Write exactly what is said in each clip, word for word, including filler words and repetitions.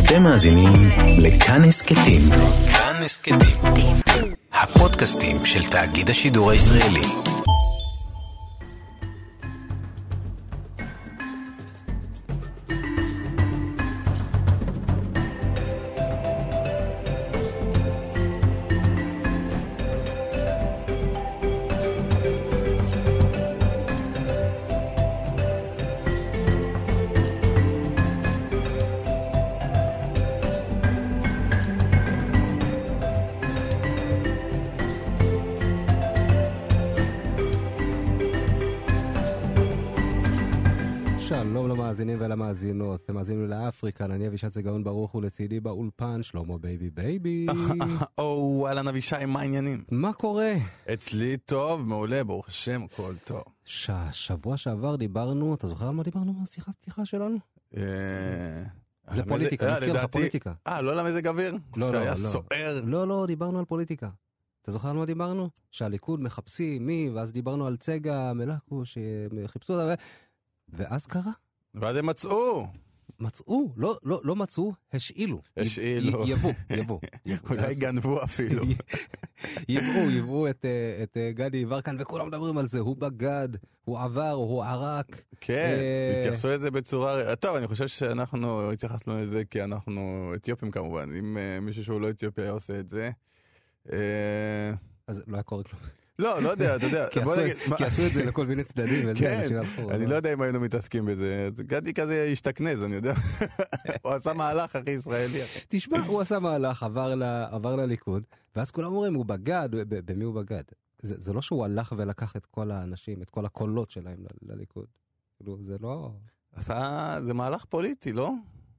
אתם מאזינים לכאן הסכתים. כאן הסכתים. הפודקאסטים של תאגיד השידור הישראלי. שלום למאזינים ולמאזינות, אתם מאזינים לאפריקה, אני אבישי צגאון ברוך ולצידי באולפן, שלמה בייבי בייבי. או, אהלן אבישי, מה העניינים? מה קורה? אצלי טוב, מעולה, ברוך השם, הכל טוב. שבוע שעבר דיברנו, אתה זוכר על מה דיברנו בשיחת פתיחה שלנו? זה פוליטיקה, נזכיר לך פוליטיקה. אה, לא למזג אוויר? שהיה סוער? לא, לא, דיברנו על פוליטיקה. אתה זוכר על מה דיברנו? שהליכוד מחפשים מי, ואז דיברנו על צגה, מלאקו, שחיפשו אותה, ואז קרה? ואז הם מצאו. מצאו? לא, לא, לא מצאו, השאילו. השאילו. יבוא, יבוא. אולי גנבו אפילו. יבאו, יבאו את, את גדי יברקן, וכולם מדברים על זה, הוא בגד, הוא עבר, הוא ערק. כן, התייחסו את זה בצורה... טוב, אני חושב שאנחנו התייחסנו לזה כי אנחנו אתיופים כמובן. אם מישהו שהוא לא אתיופי היה עושה את זה... אז לא היה קורה כלום. לא, לא יודע, אתה יודע. כי עשו את זה לכל מיני צדדים. כן, אני לא יודע אם היינו מתעסקים בזה. גדי כזה השתכנז, אני יודע. הוא עשה מהלך, אחי, ישראלי. תשמע, הוא עשה מהלך, עבר לליכוד, ואז כולם אומרים, הוא בגד, במי הוא בגד? זה לא שהוא הלך ולקח את כל האנשים, את כל הקולות שלהם לליכוד. זה לא... זה מהלך פוליטי, לא?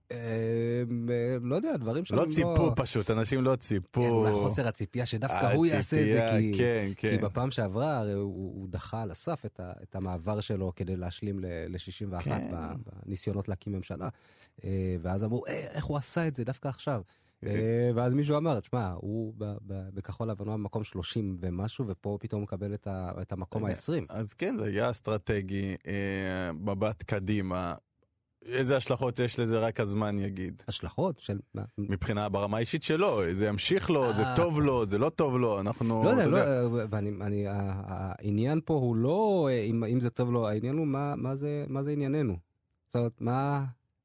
לא יודע, דברים שלנו לא... לא ציפו פשוט, אנשים לא ציפו. חוסר הציפייה שדווקא הוא יעשה את זה, כי בפעם שעברה הרי הוא דחה על הסף את המעבר שלו כדי להשלים ל-שישים ואחת בניסיונות להקים ממשלה, ואז אמרו, איך הוא עשה את זה דווקא עכשיו? ואז מישהו אמר, תשמע, הוא בכחול לבן במקום שלושים ומשהו, ופה פתאום מקבל את המקום ה-עשרים. אז כן, זה היה אסטרטגי, מבט קדימה. איזה השלכות יש לזה רק הזמן יגיד. השלכות של... מבחינה ברמה האישית שלו, זה ימשיך לו, זה טוב לו, זה לא טוב לו, אנחנו... לא, לא, ואני, העניין פה הוא לא, אם זה טוב לו, העניין הוא מה זה ענייננו. זאת אומרת, מה...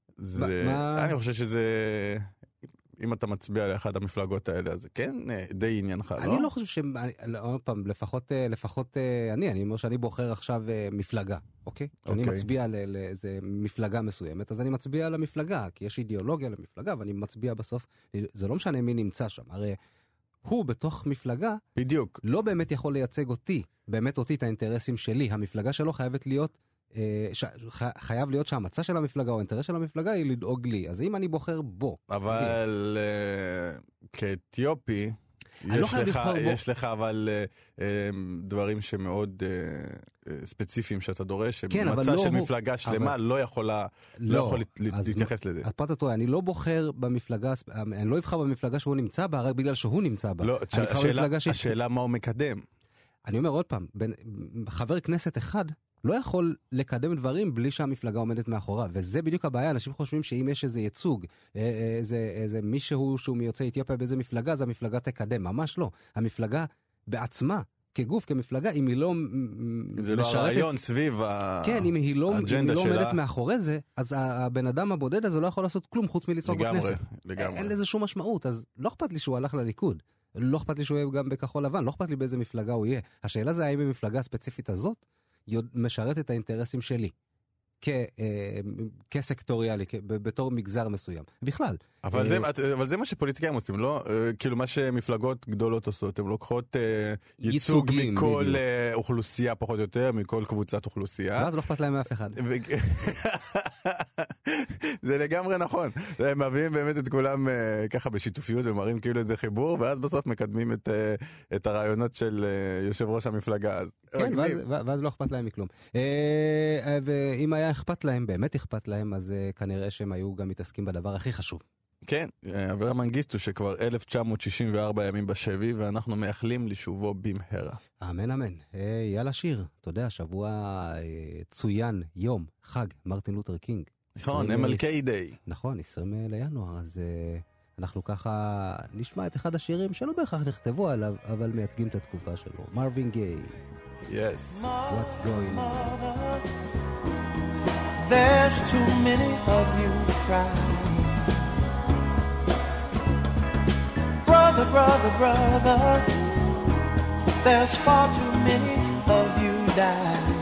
אני חושב שזה... אם אתה מצביע לאחד המפלגות האלה, אז כן, די עניינך, לא? אני לא חושב ש... עוד פעם, לפחות, לפחות אני, אני אומר שאני בוחר עכשיו מפלגה, אוקיי? כשאני מצביע לאיזה מפלגה מסוימת, אז אני מצביע למפלגה, כי יש אידיאולוגיה למפלגה, ואני מצביע בסוף, זה לא משנה מי נמצא שם, הרי הוא בתוך מפלגה, בדיוק. לא באמת יכול לייצג אותי, באמת אותי את האינטרסים שלי, המפלגה שלו חייבת להיות, ש... חייב להיות שהמצע של המפלגה או האינטרס של המפלגה היא לדאוג לי. אז אם אני בוחר בו... אבל uh, כאתיופי, יש לך, יש לך אבל uh, דברים שמאוד uh, ספציפיים שאתה דורש, כן, שמצע לא של הוא... מפלגה שלמה אבל... לא יכולה, לא, לא יכול להתייחס לזה. אז פה אתה טועה, אני לא בוחר במפלגה, אני לא אבחר במפלגה שהוא נמצא בה, רק בגלל שהוא נמצא בה. לא, השאלה, ש... השאלה מה הוא מקדם. אני אומר עוד פעם, בין, חבר כנסת אחד לא יכול לקדם דברים בלי שהמפלגה עומדת מאחורה, וזה בדיוק הבעיה. אנשים חושבים שאם יש איזה ייצוג, איזה, איזה מישהו שהוא מיוצא אתיופיה באיזה מפלגה, אז המפלגה תקדם. ממש לא. המפלגה בעצמה, כגוף, כמפלגה, אם היא לא זה לא הרעיון סביב האג'נדה שלה. כן, אם היא לא, אם היא לא עומדת מאחורי זה, אז הבן אדם הבודד הזה לא יכול לעשות כלום חוץ מלצעוק בכנסת. לגמרי. אין לזה שום משמעות, אז לא אכפת לי שהוא הלך לליכוד. לא אכפת לי שהוא יהיה גם בכחול לבן, לא אכפת לי באיזה מפלגה הוא יהיה. השאלה זה האם במפלגה הספציפית הזאת משרת את האינטרסים שלי, כסקטוריאלי, בתור מגזר מסוים. בכלל. אבל זה, אבל זה מה שפוליטיקאים עושים, לא? כאילו מה שמפלגות גדולות עושות, הן לוקחות ייצוג מכל אוכלוסייה פחות או יותר, מכל קבוצת אוכלוסייה. ואז לא אכפת להם מאף אחד. זה לגמרי נכון. הם מביאים באמת את כולם ככה בשיתופיות, ומראים כאילו איזה חיבור, ואז בסוף מקדמים את, את הרעיונות של יושב ראש המפלגה. כן, ואז, ואז לא אכפת להם מכלום. ואם היה אכפת להם, באמת אכפת להם, אז כנראה שהם היו גם מתעסקים בדבר הכי חשוב. כן, אברה מנגיסטו שכבר אלף תשע מאות שישים וארבע ימים בשבי, ואנחנו מאחלים לשובו במהרה. אמן אמן. יאללה שיר, אתה יודע, שבוע צוין, יום, חג, מרטין לותר קינג. נכון, הם מלכי דיי. נכון, עשרים לינואר, אז אנחנו ככה נשמע את אחד השירים שלא בהכרח נכתבו עליו, אבל מייצגים את התקופה שלו. מרווין גיי. Yes. What's going on? There's too many of you crying. Brother, brother, brother, there's far too many of you dying.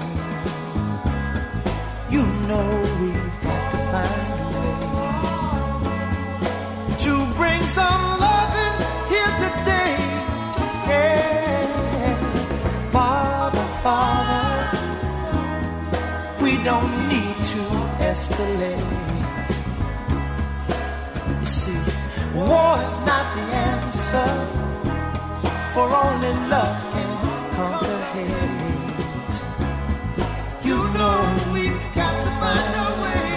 You know we've got to find a way to bring some loving here today. Yeah. Father, Father, we don't need to escalate. You see, war is not the answer, for only love can conquer hate. You know we've got to find a way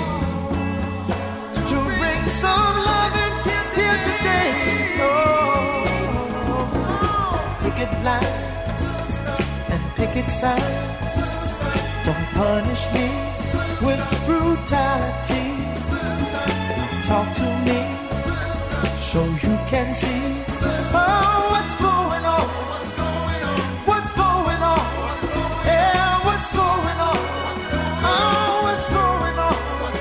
to bring some love in here today. Oh, picket lines and picket signs, don't punish me with brutality. Talk to me so you can see oh, what's going on. What's going on? Yeah, what's going on? Oh, what's going on?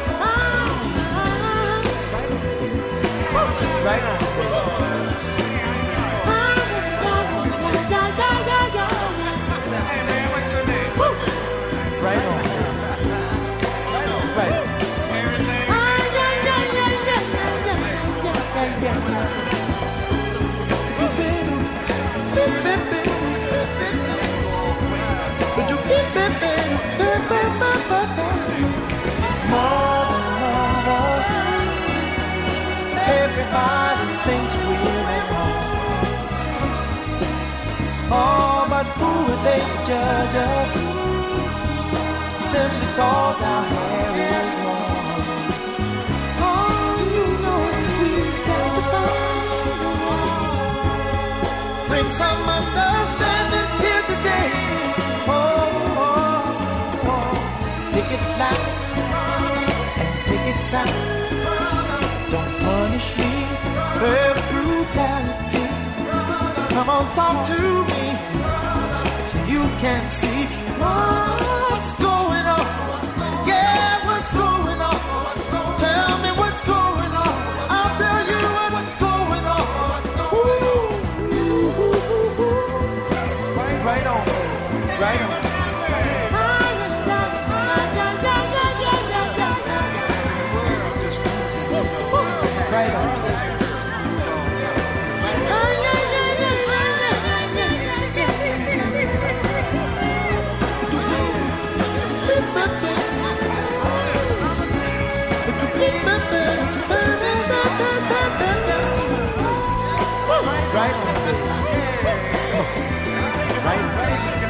Right on. Right on. Right on. Mother, mother, everybody thinks we're at home. Oh, but who are they to judge us? Simply cause our hair is long. Oh, you know we've got to find a way. Bring some understanding here today. Oh, oh, oh. Picket line and picket sign. Don't punish me with brutality. Come on, talk to me so you can see what's going on. Yeah, what's going on? Tell me what's going on. I'll tell you what's going on. Ooh, right on, right on. Right on. Right on. Right on.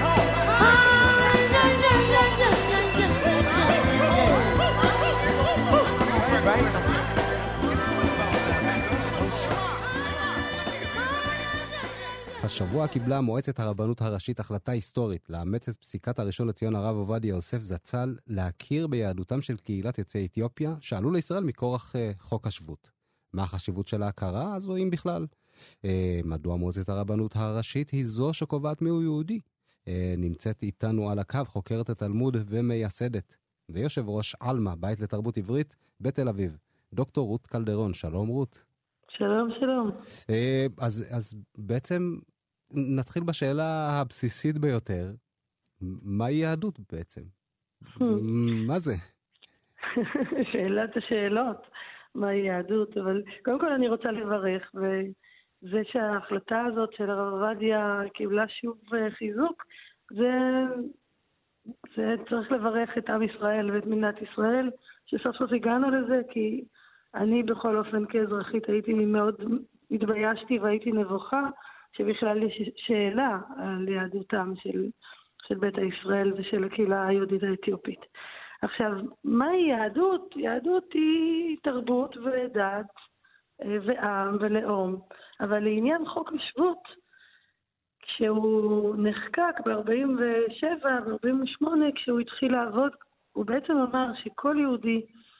השבוע קיבלה מועצת הרבנות הראשית החלטה היסטורית לאמץ את פסיקת הראשון לציון הרב עובדיה יוסף זצ"ל להכיר ביהדותם של קהילת יוצאי אתיופיה שעלו לישראל מכורח uh, חוק השבות. מה החשיבות של ההכרה הזו אם בכלל? Uh, מדוע מועצת הרבנות הראשית היא זו שקובעת מיהו יהודי? Uh, נמצאת איתנו על הקו חוקרת התלמוד ומייסדת ויושב ראש אלמה, בית לתרבות עברית בתל אביב, דוקטור רות קלדרון. שלום רות. שלום, שלום. Uh, אז, אז בעצם נתחיל בשאלה הבסיסית ביותר. מהי יהדות בעצם? מה זה? שאלת השאלות. מהי יהדות? אבל קודם כל אני רוצה לברך, וזה שההחלטה הזאת של הרב עובדיה קיבלה שוב חיזוק, זה, זה צריך לברך את עם ישראל ואת מדינת ישראל, שסוף סוף הגענו לזה, כי אני בכל אופן כאזרחית הייתי מאוד התביישתי והייתי נבוכה, שבכלל יש שאלה על יהדותם של, של בית ישראל ושל הקהילה היהודית האתיופית. עכשיו, מהי יהדות? יהדות היא תרבות ודת ועם ולאום. אבל לעניין חוק השבות, כשהוא נחקק ב-ארבעים ושבע ו-ארבעים ושמונה, כשהוא התחיל לעבוד, הוא בעצם אמר שכל יהודי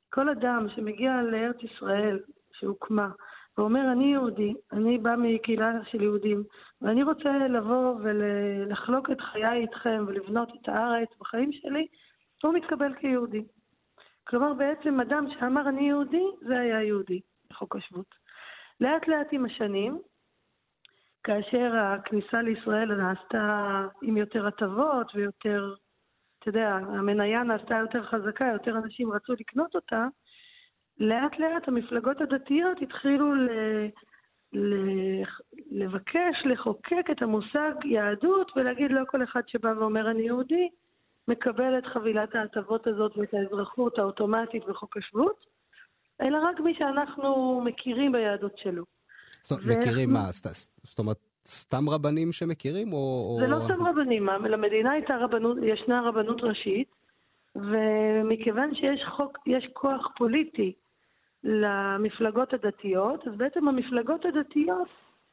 כל אדם שמגיע לארץ ישראל, שהוקמה, ואומר, אני יהודי, אני בא מקהילה של יהודים, ואני רוצה לבוא ולחלוק את חיי איתכם ולבנות את הארץ בחיים שלי, הוא מתקבל כיהודי. כלומר, בעצם אדם שאמר אני יהודי, זה היה יהודי בחוק השבות. לאט לאט עם השנים, כאשר הכניסה לישראל נעשתה עם יותר הטבות ויותר, אתה יודע, המניה נעשתה יותר חזקה, יותר אנשים רצו לקנות אותה, לאט לאט המפלגות הדתיות התחילו ל... ל... לבקש, לחוקק את המושג יהדות ולהגיד לא כל אחד שבא ואומר אני יהודי, מקבל את חבילת ההטבות הזאת ואת האזרחות האוטומטית בחוק השבות, אלא רק מי שאנחנו מכירים ביהדות שלו. זאת אומרת, מכירים מה? זאת אומרת, סתם רבנים שמכירים? זה לא סתם רבנים, למדינה הייתה רבנות, ישנה רבנות ראשית, ומכיוון שיש חוק, יש כוח פוליטי למפלגות הדתיות, אז בעצם המפלגות הדתיות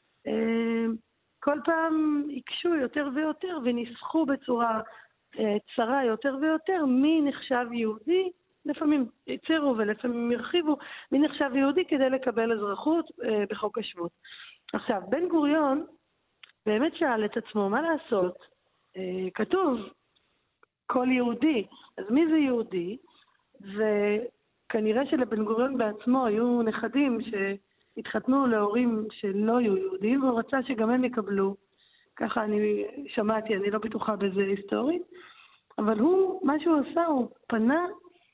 כל פעם יקשו יותר ויותר ונסחו בצורה צרה יותר ויותר מי נחשב יהודי, לפעמים יצרו ולפעמים ירחיבו, מי נחשב יהודי כדי לקבל אזרחות בחוק השבות. עכשיו, בן גוריון באמת שאל את עצמו מה לעשות, כתוב כל יהודי, אז מי זה יהודי? וכנראה שלבן גוריון בעצמו היו נכדים שהתחתנו להורים שלא היו יהודים, והוא רצה שגם הם יקבלו. ככה אני שמעתי, אני לא בטוחה בזה היסטורית, אבל הוא, מה שהוא עשה, הוא פנה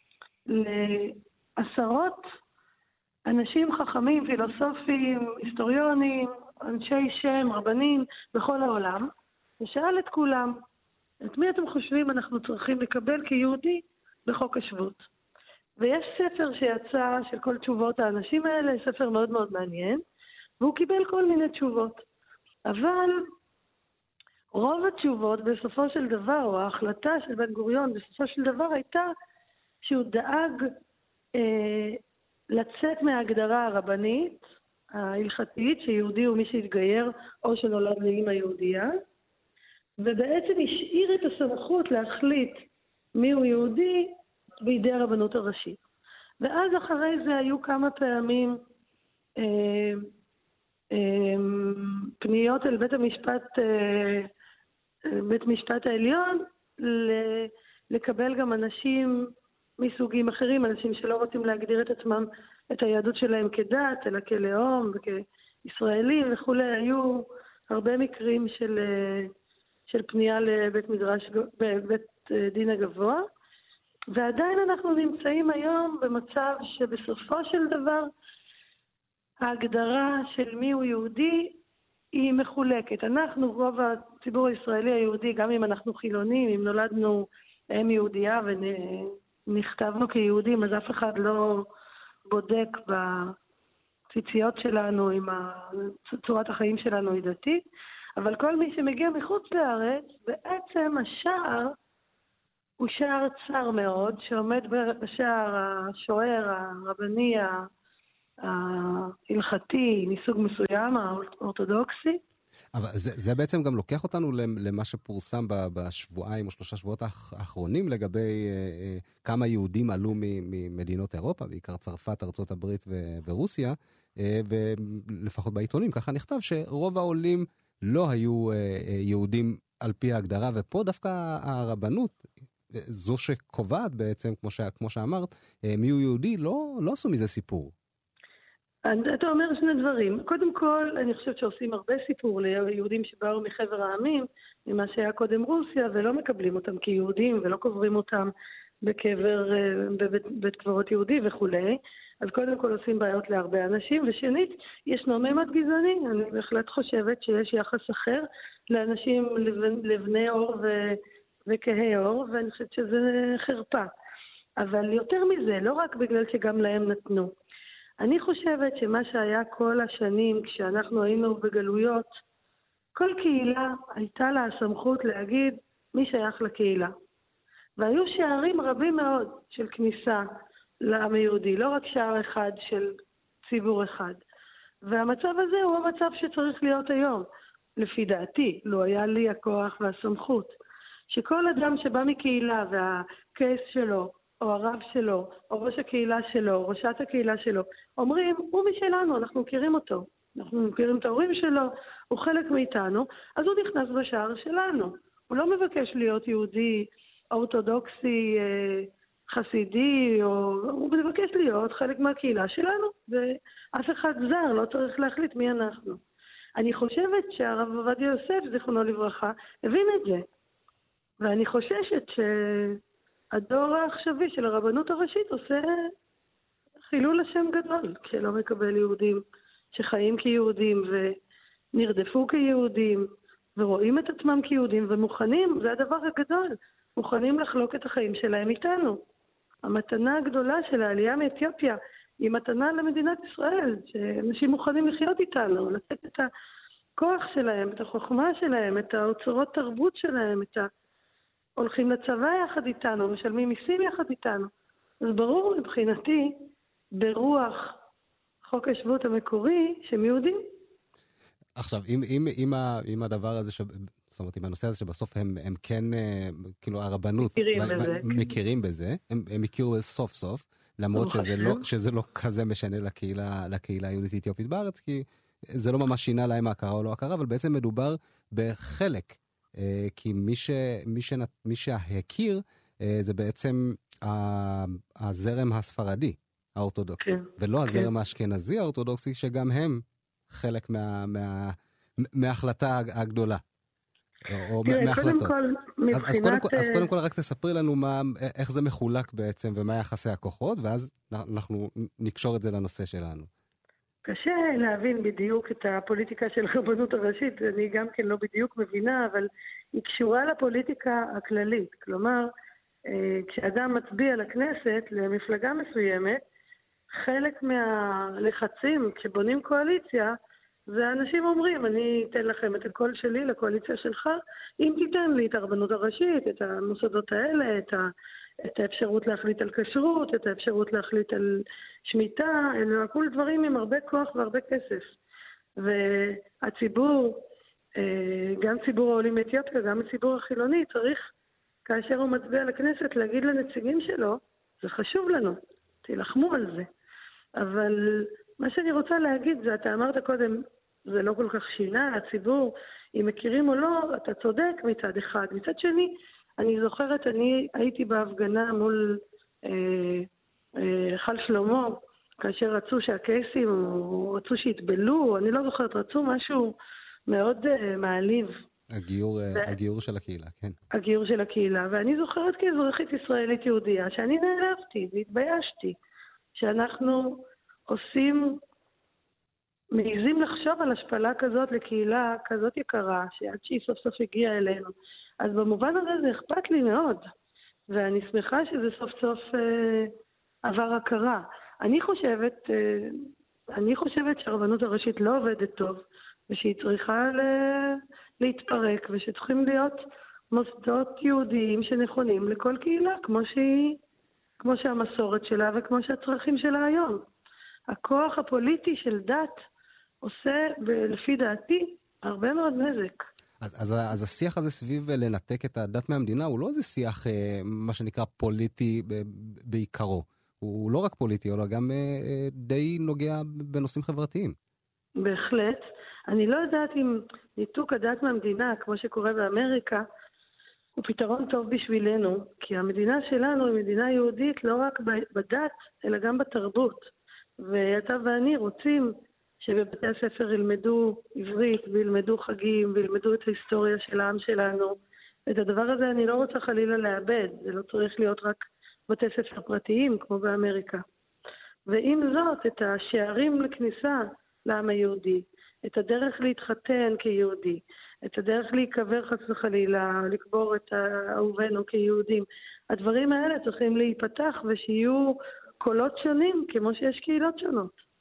לעשרות אנשים חכמים, פילוסופים, היסטוריונים, אנשי שם, רבנים, בכל העולם, ושאל את כולם, את מי אתם חושבים אנחנו צריכים לקבל כיהודי בחוק השבות? ויש ספר שיצא של כל תשובות האנשים האלה, ספר מאוד מאוד מעניין, והוא קיבל כל מיני תשובות. אבל רוב התשובות בסופו של דבר, או ההחלטה של בן גוריון בסופו של דבר הייתה שהוא דאג אה, לצאת מההגדרה הרבנית, ההלכתית, שיהודי הוא מי שהתגייר או שנולד לאמא יהודייה, ובעצם השאיר את הסמכות להחליט מיהו יהודי בידי הרבנות הראשית. ואז אחרי זה היו כמה פעמים אה, אה, פניות אל בית המשפט, אה, בית משפט העליון, לקבל גם אנשים מסוגים אחרים, אנשים שלא רוצים להגדיר את עצמם, את היהדות שלהם כדת, אלא כלאום וכישראלים וכו'. היו הרבה מקרים של, של פנייה לבית מדרש, בית דין הגבוה, ועדיין אנחנו נמצאים היום במצב שבסופו של דבר ההגדרה של מי הוא יהודי היא מחולקת. אנחנו, רוב הציבור הישראלי היהודי, גם אם אנחנו חילונים, אם נולדנו אם יהודייה ונכתבנו כיהודים, אז אף אחד לא בודק בציציות שלנו, עם צורת החיים שלנו היא דתית, אבל כל מי שמגיע מחוץ לארץ, בעצם השער הוא שער צר מאוד, שעומד בשער השוער, הרבני, ההלכתי, מסוג מסוים, האורתודוקסי. אבל זה, זה בעצם גם לוקח אותנו למה שפורסם בשבועיים או שלושה שבועות האחרונים, לגבי אה, כמה יהודים עלו ממדינות אירופה, בעיקר צרפת, ארצות הברית ו- ורוסיה, אה, ולפחות בעיתונים, ככה נכתב שרוב העולים לא היו אה, יהודים על פי ההגדרה, ופה דווקא הרבנות, זו שקובעת בעצם, כמו, ש, כמו שאמרת, אה, מי הוא יהודי, לא, לא עשו מזה סיפור. אתה אומר שני דברים. קודם כל, אני חושבת שעושים הרבה סיפור ליהודים שבאו מחבר העמים, ממה שהיה קודם רוסיה, ולא מקבלים אותם כיהודים, ולא קוברים אותם בקבר, בבית, בית קברות יהודי וכו'. אז קודם כל עושים בעיות להרבה אנשים, ושנית, יש ממד גזעני. אני בהחלט חושבת שיש יחס אחר לאנשים לבני אור ו, וכהי אור, ואני חושבת שזה חרפה. אבל יותר מזה, לא רק בגלל שגם להם נתנו. אני חושבת שמה שהיה כל השנים כשאנחנו היינו בגלויות, כל קהילה הייתה לה הסמכות להגיד מי שייך לקהילה. והיו שערים רבים מאוד של כניסה לעם היהודי, לא רק שער אחד של ציבור אחד. והמצב הזה הוא המצב שצריך להיות היום, לפי דעתי, לא היה לי הכוח והסמכות. שכל אדם שבא מקהילה והקייס שלו או הרב שלו, או ראש הקהילה שלו, או ראשת הקהילה שלו, אומרים, הוא משלנו, אנחנו מכירים אותו. אנחנו מכירים את ההורים שלו, הוא חלק מאיתנו, אז הוא נכנס בשער שלנו. הוא לא מבקש להיות יהודי, אורתודוקסי, חסידי, או... הוא מבקש להיות חלק מהקהילה שלנו, ואף אחד זר לא צריך להחליט מי אנחנו. אני חושבת שהרב עובדיה יוסף, זיכרונו לברכה, הבין את זה. ואני חוששת שהדור העכשווי של הרבנות הראשית עושה חילול השם גדול, כשלא מקבל יהודים שחיים כיהודים ונרדפו כיהודים, ורואים את עצמם כיהודים ומוכנים, זה הדבר הגדול, מוכנים לחלוק את החיים שלהם איתנו. המתנה הגדולה של העלייה מאתיופיה היא מתנה למדינת ישראל, שאנשים מוכנים לחיות איתנו, לתת את הכוח שלהם, את החוכמה שלהם, את האוצרות תרבות שלהם, את ה... הולכים לצבא יחד איתנו, משלמים מיסים יחד איתנו. אז ברור מבחינתי, ברוח חוק השבות המקורי, שהם יהודים. עכשיו, אם, אם, אם, אם הדבר הזה, ש... זאת אומרת, עם הנושא הזה שבסוף הם, הם כן, כאילו הרבנות, מכירים ו... בזה. מכירים בזה, הם, הם הכירו סוף סוף, למרות שזה לא, שזה לא כזה משנה לקהילה, לקהילה היהודית אתיופית בארץ, כי זה לא ממש שינה להם ההכרה או לא הכרה, אבל בעצם מדובר בחלק, כי מי, ש, מי, ש, מי שהכיר, זה בעצם הזרם הספרדי, האורתודוקסי, כן, ולא כן. הזרם האשכנזי האורתודוקסי, שגם הם חלק מה, מה, מההחלטה הגדולה. או תראה, מההחלטות. קודם כל, מבחינת... אז, אז, קודם כל, אז קודם כל רק תספרי לנו מה, איך זה מחולק בעצם, ומה יחסי הכוחות, ואז אנחנו נקשור את זה לנושא שלנו. קשה להבין בדיוק את הפוליטיקה של הרבנות הראשית, אני גם כן לא בדיוק מבינה, אבל היא קשורה לפוליטיקה הכללית. כלומר, כשאדם מצביע לכנסת, למפלגה מסוימת, חלק מהלחצים, כשבונים קואליציה, זה אנשים אומרים, אני אתן לכם את הקול שלי לקואליציה שלך, אם תיתן לי את הרבנות הראשית, את המוסדות האלה, את, ה, את האפשרות להחליט על כשרות, את האפשרות להחליט על שמיטה, אלו הכל דברים עם הרבה כוח והרבה כסף. והציבור, גם ציבור העולים מאתיופיה, גם הציבור החילוני, צריך, כאשר הוא מצביע לכנסת, להגיד לנציגים שלו, זה חשוב לנו, תלחמו על זה. אבל מה שאני רוצה להגיד זה, אתה אמרת קודם, זה לא כל כך שינה, הציבור, אם מכירים או לא, אתה צודק מצד אחד. מצד שני, אני זוכרת, אני הייתי בהפגנה מול אה, אה, חל שלמה, כאשר רצו שהקייסים, או רצו שהתבלו, אני לא זוכרת, רצו משהו מאוד אה, מעליב. הגיור, ו... הגיור של הקהילה, כן. הגיור של הקהילה, ואני זוכרת כאזרחית ישראלית יהודיה, שאני נעלבתי והתביישתי, שאנחנו עושים, מעיזים לחשוב על השפלה כזאת לקהילה כזאת יקרה, שעד שהיא סוף סוף הגיעה אלינו. אז במובן הזה זה אכפת לי מאוד, ואני שמחה שזה סוף סוף אה, עבר הכרה. אני חושבת, אה, אני חושבת שהרבנות הראשית לא עובדת טוב, ושהיא צריכה ל... להתפרק, ושצריכים להיות מוסדות יהודיים שנכונים לכל קהילה, כמו שהיא, כמו שהמסורת שלה וכמו שהצרכים שלה היום. הכוח הפוליטי של דת עושה, לפי דעתי, הרבה מאוד נזק. אז, אז, אז השיח הזה סביב לנתק את הדת מהמדינה, הוא לא איזה שיח, מה שנקרא, פוליטי בעיקרו. הוא לא רק פוליטי, אלא גם די נוגע בנושאים חברתיים. בהחלט. אני לא יודעת אם ניתוק הדת מהמדינה, כמו שקורה באמריקה, הוא פתרון טוב בשבילנו, כי המדינה שלנו היא מדינה יהודית לא רק בדת, אלא גם בתרבות. ואתה ואני רוצים שבבתי הספר ילמדו עברית, וילמדו חגים, וילמדו את ההיסטוריה של העם שלנו. את הדבר הזה אני לא רוצה חלילה לאבד, זה לא צריך להיות רק בתי ספר פרטיים, כמו באמריקה. ועם זאת, את השערים לכניסה לעם היהודי, את הדרך להתחתן כיהודי, את הדרך להיקבר חס וחלילה, לקבור את אהובינו כיהודים. הדברים האלה צריכים להיפתח ושיהיו קולות שונים, כמו שיש קהילות שונות.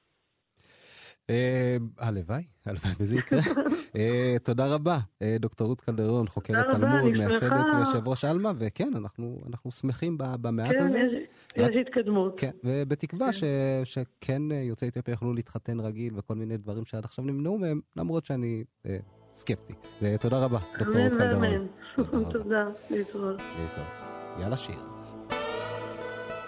הלוואי, הלוואי, וזה יקרה. תודה רבה, דוקטור רות קלדרון, חוקרת תלמוד, מייסדת ויושב ראש אלמה, וכן, אנחנו שמחים במעט הזה. כן, יש התקדמות. כן, ובתקווה שכן יוצאי אתיופיה יכולו להתחתן רגיל, וכל מיני דברים שעד עכשיו נמנעו מהם, למרות שאני סקפטי. תודה רבה, דוקטור רות קלדרון. תודה, להתראות. יאללה שיר.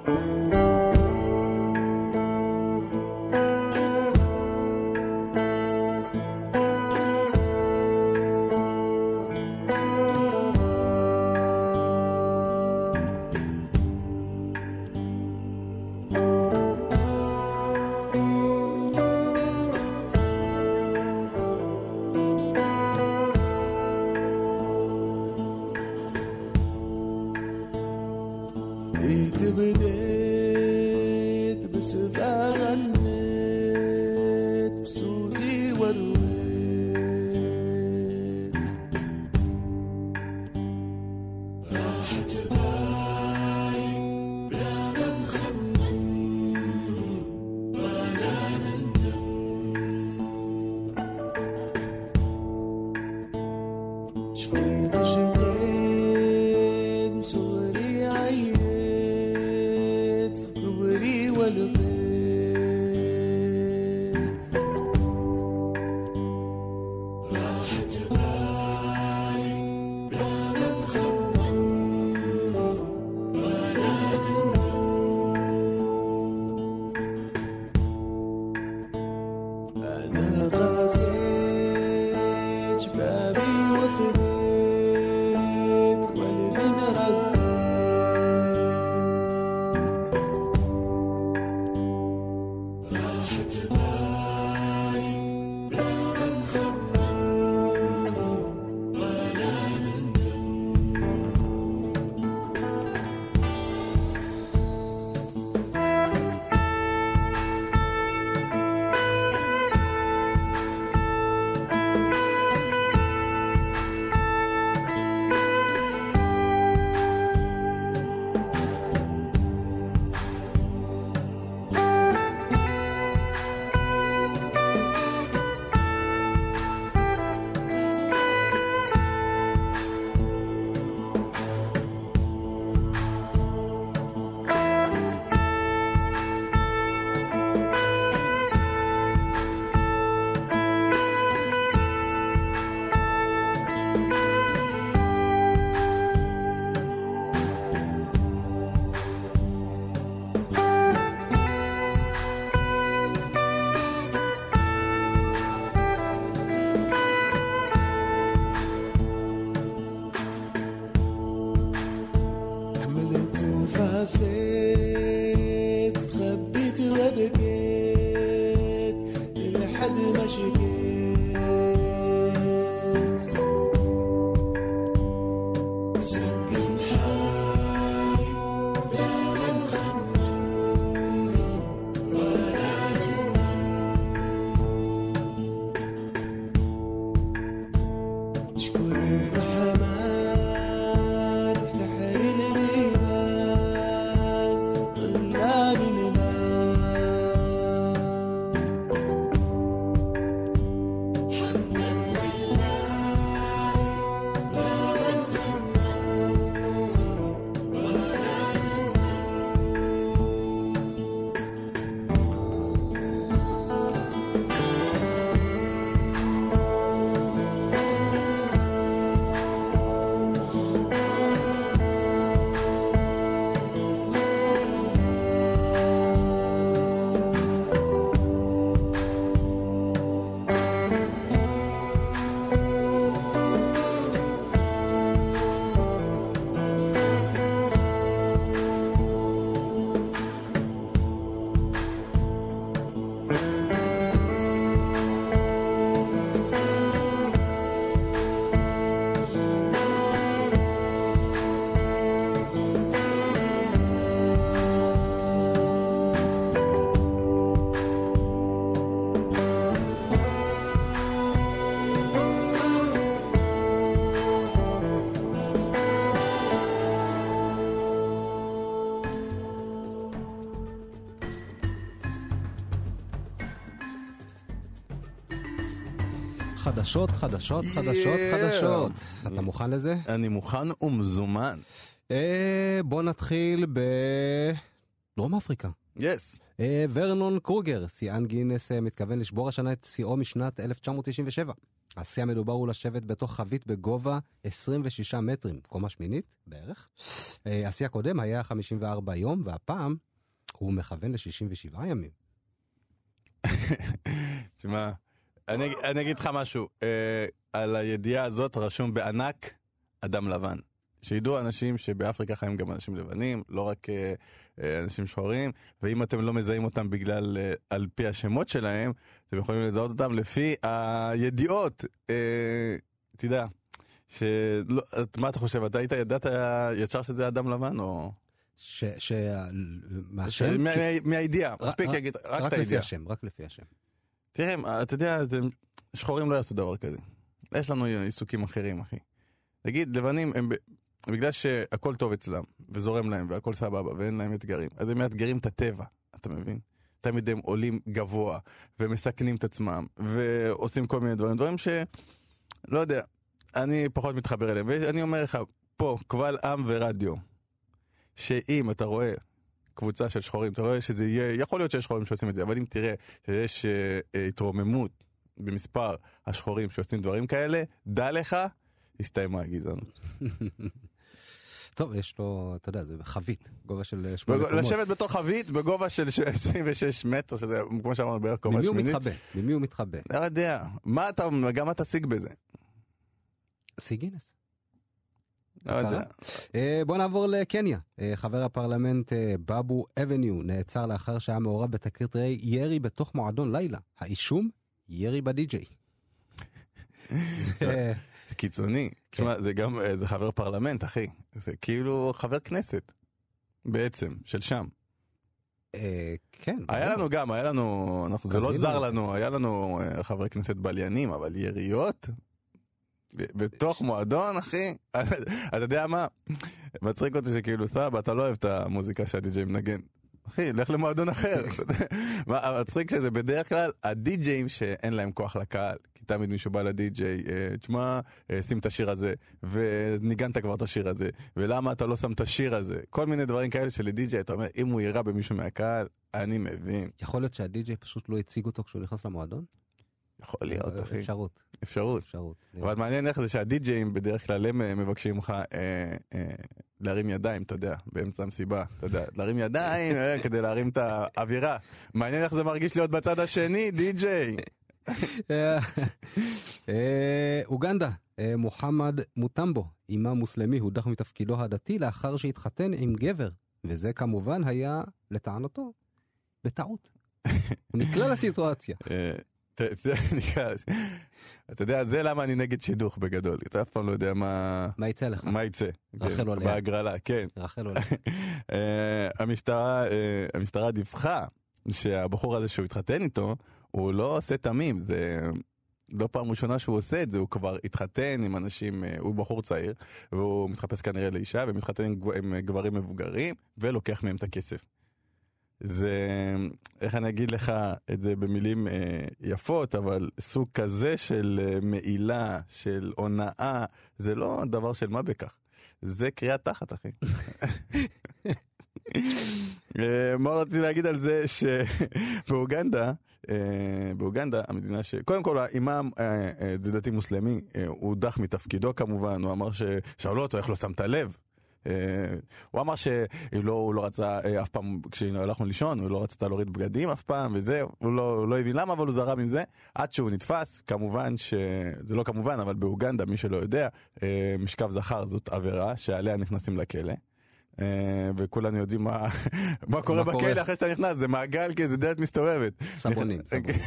חדשות, חדשות, חדשות, חדשות. אתה מוכן לזה? אני מוכן ומזומן. בוא נתחיל בדרום אפריקה. יס. ורנון קרוגר, שיאן גינס, מתכוון לשבור השנה את שיאו משנת אלף תשע מאות תשעים ושבע. השיא המדובר הוא לשבת בתוך חבית בגובה עשרים ושישה מטרים, קומה שמינית בערך. השיא הקודם היה חמישים וארבעה יום, והפעם הוא מכוון ל-שישים ושבעה ימים. תשמע, אני, אני אגיד לך משהו, אה, על הידיעה הזאת רשום בענק אדם לבן. שידעו אנשים שבאפריקה חיים גם אנשים לבנים, לא רק אה, אה, אנשים שחורים, ואם אתם לא מזהים אותם בגלל, אה, על פי השמות שלהם, אתם יכולים לזהות אותם לפי הידיעות. אה, תדע, שלא, מה אתה חושב? אתה היית ידעת ישר שזה אדם לבן או... ש... ש... מהשם? מהידיעה, מספיק להגיד, רק את הידיעה. רק לפי השם, רק לפי השם. תראה, אתה יודע, שחורים לא יעשו דבר כזה. יש לנו עיסוקים אחרים, אחי. נגיד, לבנים הם, בגלל שהכל טוב אצלם, וזורם להם, והכל סבבה, ואין להם אתגרים, אז הם מאתגרים את הטבע, אתה מבין? תמיד הם עולים גבוה, ומסכנים את עצמם, ועושים כל מיני דברים, דברים ש... לא יודע, אני פחות מתחבר אליהם, ואני אומר לך, פה, קבל עם ורדיו, שאם אתה רואה קבוצה של שחורים, אתה רואה שזה יהיה, יכול להיות שיש שחורים שעושים את זה, אבל אם תראה שיש uh, התרוממות במספר השחורים שעושים דברים כאלה, דע לך, הסתיימה הגזענות. טוב, יש לו, אתה יודע, זה חבית, גובה של שמונה קומות. לשבת בתוך חבית בגובה של עשרים ושש מטר, שזה כמו שאמרנו בערך קומה שמינית. ממי הוא מתחבא? ממי הוא מתחבא? לא יודע, מה אתה, גם אתה תשיג בזה? סיגינס. לא יודע. בוא נעבור לקניה. חבר הפרלמנט בבו אבניו נעצר לאחר שהיה מעורב בתקרית ירי בתוך מועדון לילה. האישום? ירי בדי-ג'יי. זה... זה קיצוני. כן. שמה, זה גם, זה חבר פרלמנט, אחי. זה כאילו חבר כנסת, בעצם, של שם. אה, כן. היה לנו גם, היה לנו, אנחנו, זה לא זר לנו, היה לנו חברי כנסת בליינים, אבל יריות, בתוך מועדון, אחי. אתה יודע מה? מצחיק אותי שכאילו סבא, אתה לא אוהב את המוזיקה שהדי-ג'יי מנגן. אחי, לך למועדון אחר. מצחיק שזה בדרך כלל הדי-ג'יים שאין להם כוח לקהל. כי תמיד מישהו בא לדי-ג'יי, תשמע, שים את השיר הזה, וניגנת כבר את השיר הזה, ולמה אתה לא שם את השיר הזה? כל מיני דברים כאלה שלדי-ג'יי, אתה אומר, אם הוא יירה במישהו מהקהל, אני מבין. יכול להיות שהדי-ג'יי פשוט לא הציג אותו כשהוא נכנס למועדון? יכול להיות, אחי. אפשרות. אפשרות. אפשרות. אבל מעניין איך זה שהדי-ג'יים בדרך כלל הם מבקשים לך להרים ידיים, אתה יודע, באמצע המסיבה, אתה יודע, להרים ידיים כדי להרים את האווירה. מעניין איך זה מרגיש להיות בצד השני, די-ג'יי. אוגנדה, מוחמד מוטמבו, אימאם מוסלמי, הודח מתפקידו הדתי לאחר שהתחתן עם גבר, וזה כמובן היה, לטענתו, בטעות. הוא נקלע לסיטואציה. אתה יודע, זה למה אני נגד שידוך בגדול. אתה אף פעם לא יודע מה... מה יצא לך? מה יצא. רחל עולה. בהגרלה, כן. רחל עולה. המשטרה דיווחה שהבחור הזה שהוא התחתן איתו, הוא לא עושה תמים. זה לא פעם ראשונה שהוא עושה את זה, הוא כבר התחתן עם אנשים, הוא בחור צעיר, והוא מתחפש כנראה לאישה, ומתחתן עם גברים מבוגרים, ולוקח מהם את הכסף. זה, איך אני אגיד לך את זה במילים אה, יפות, אבל סוג כזה של אה, מעילה, של הונאה, זה לא דבר של מה בכך. זה קריאת תחת, אחי. אה, מה רציתי להגיד על זה שבאוגנדה, אה, באוגנדה, המדינה ש... קודם כל, האימאם, אה, אה, זה דתי מוסלמי, אה, הוא הודח מתפקידו כמובן, הוא אמר ששאלו אותו איך לא שמת לב. הוא אמר שהוא לא, לא רצה אף פעם, כשהלכנו לישון, הוא לא רצה להוריד בגדים אף פעם, וזה, הוא לא, הוא לא הבין למה, אבל הוא זרם עם זה, עד שהוא נתפס, כמובן ש... זה לא כמובן, אבל באוגנדה, מי שלא יודע, משכב זכר זאת עבירה, שעליה נכנסים לכלא, וכולנו יודעים מה, מה קורה בכלא אחרי שאתה נכנס, זה מעגל, כי זה דלת מסתובבת. סבונים, סבונים.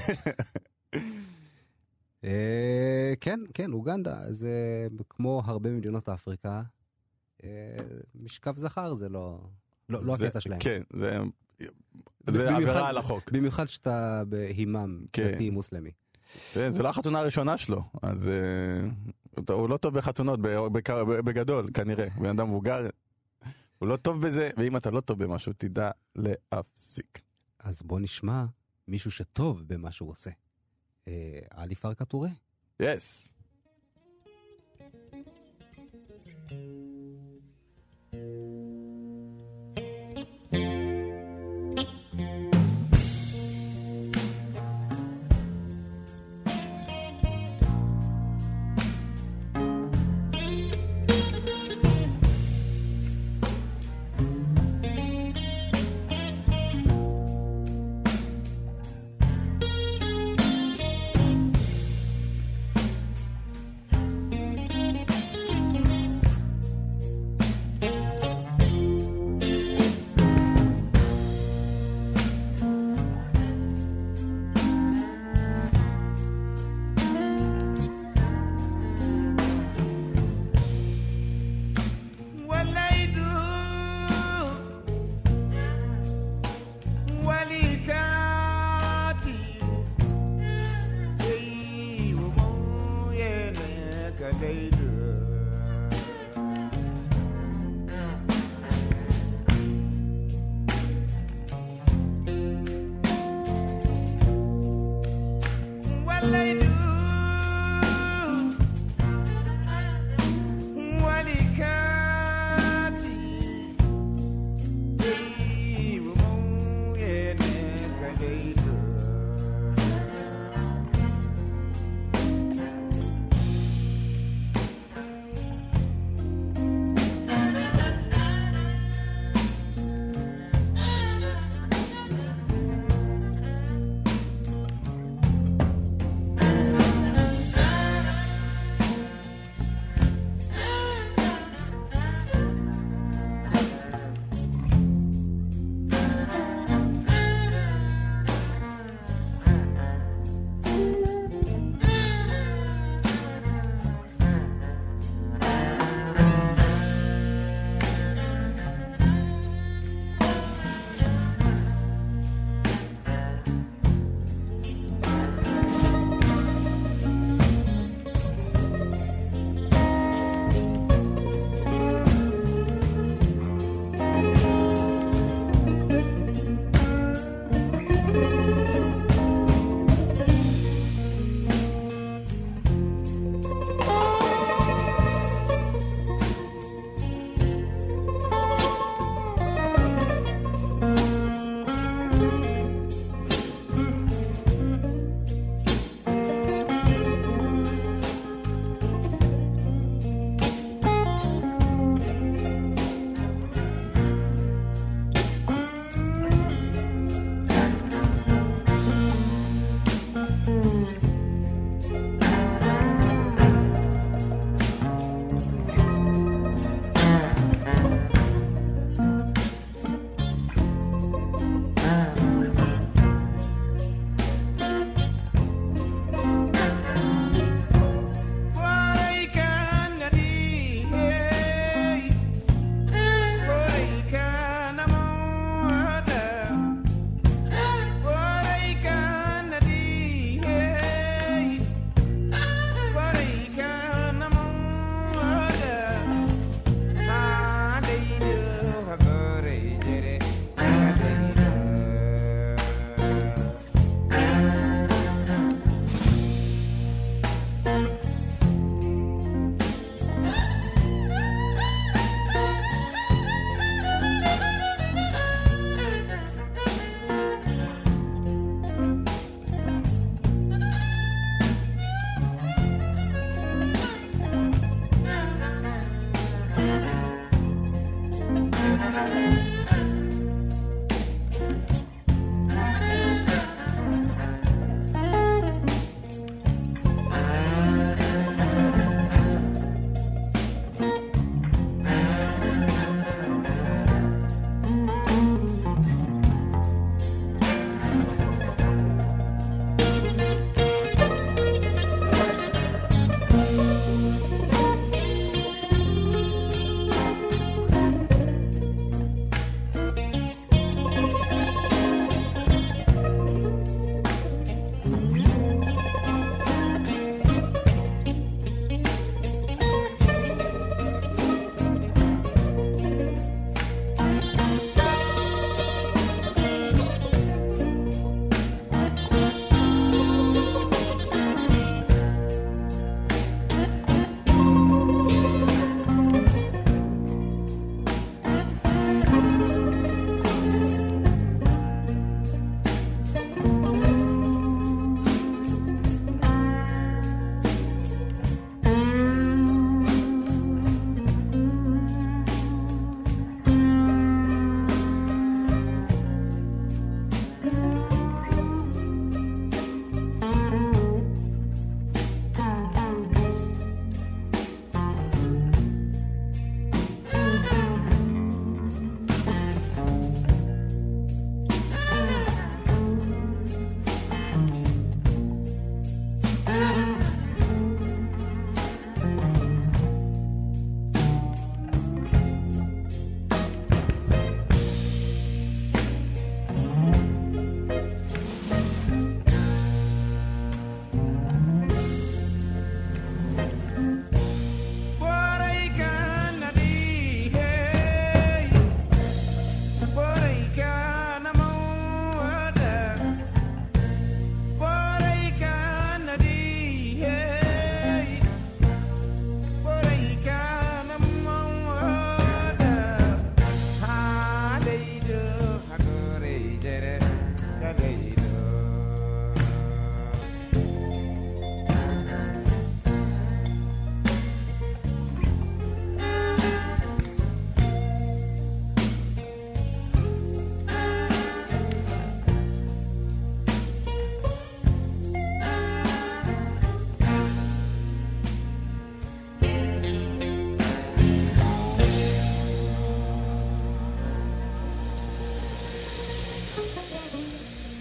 כן, כן, אוגנדה, זה כמו הרבה מדינות אפריקה, משכב זכר זה לא לא הקטע שלהם. כן, זה זה עבירה על החוק. במיוחד שאתה בהימם דתי מוסלמי. זה לא החתונה הראשונה שלו, אז הוא לא טוב בחתונות בגדול, כנראה. בן אדם מבוגר, הוא לא טוב בזה, ואם אתה לא טוב במשהו, תדע להפסיק. אז בוא נשמע מישהו שטוב במה שהוא עושה. עלי פרקה טורה. יס.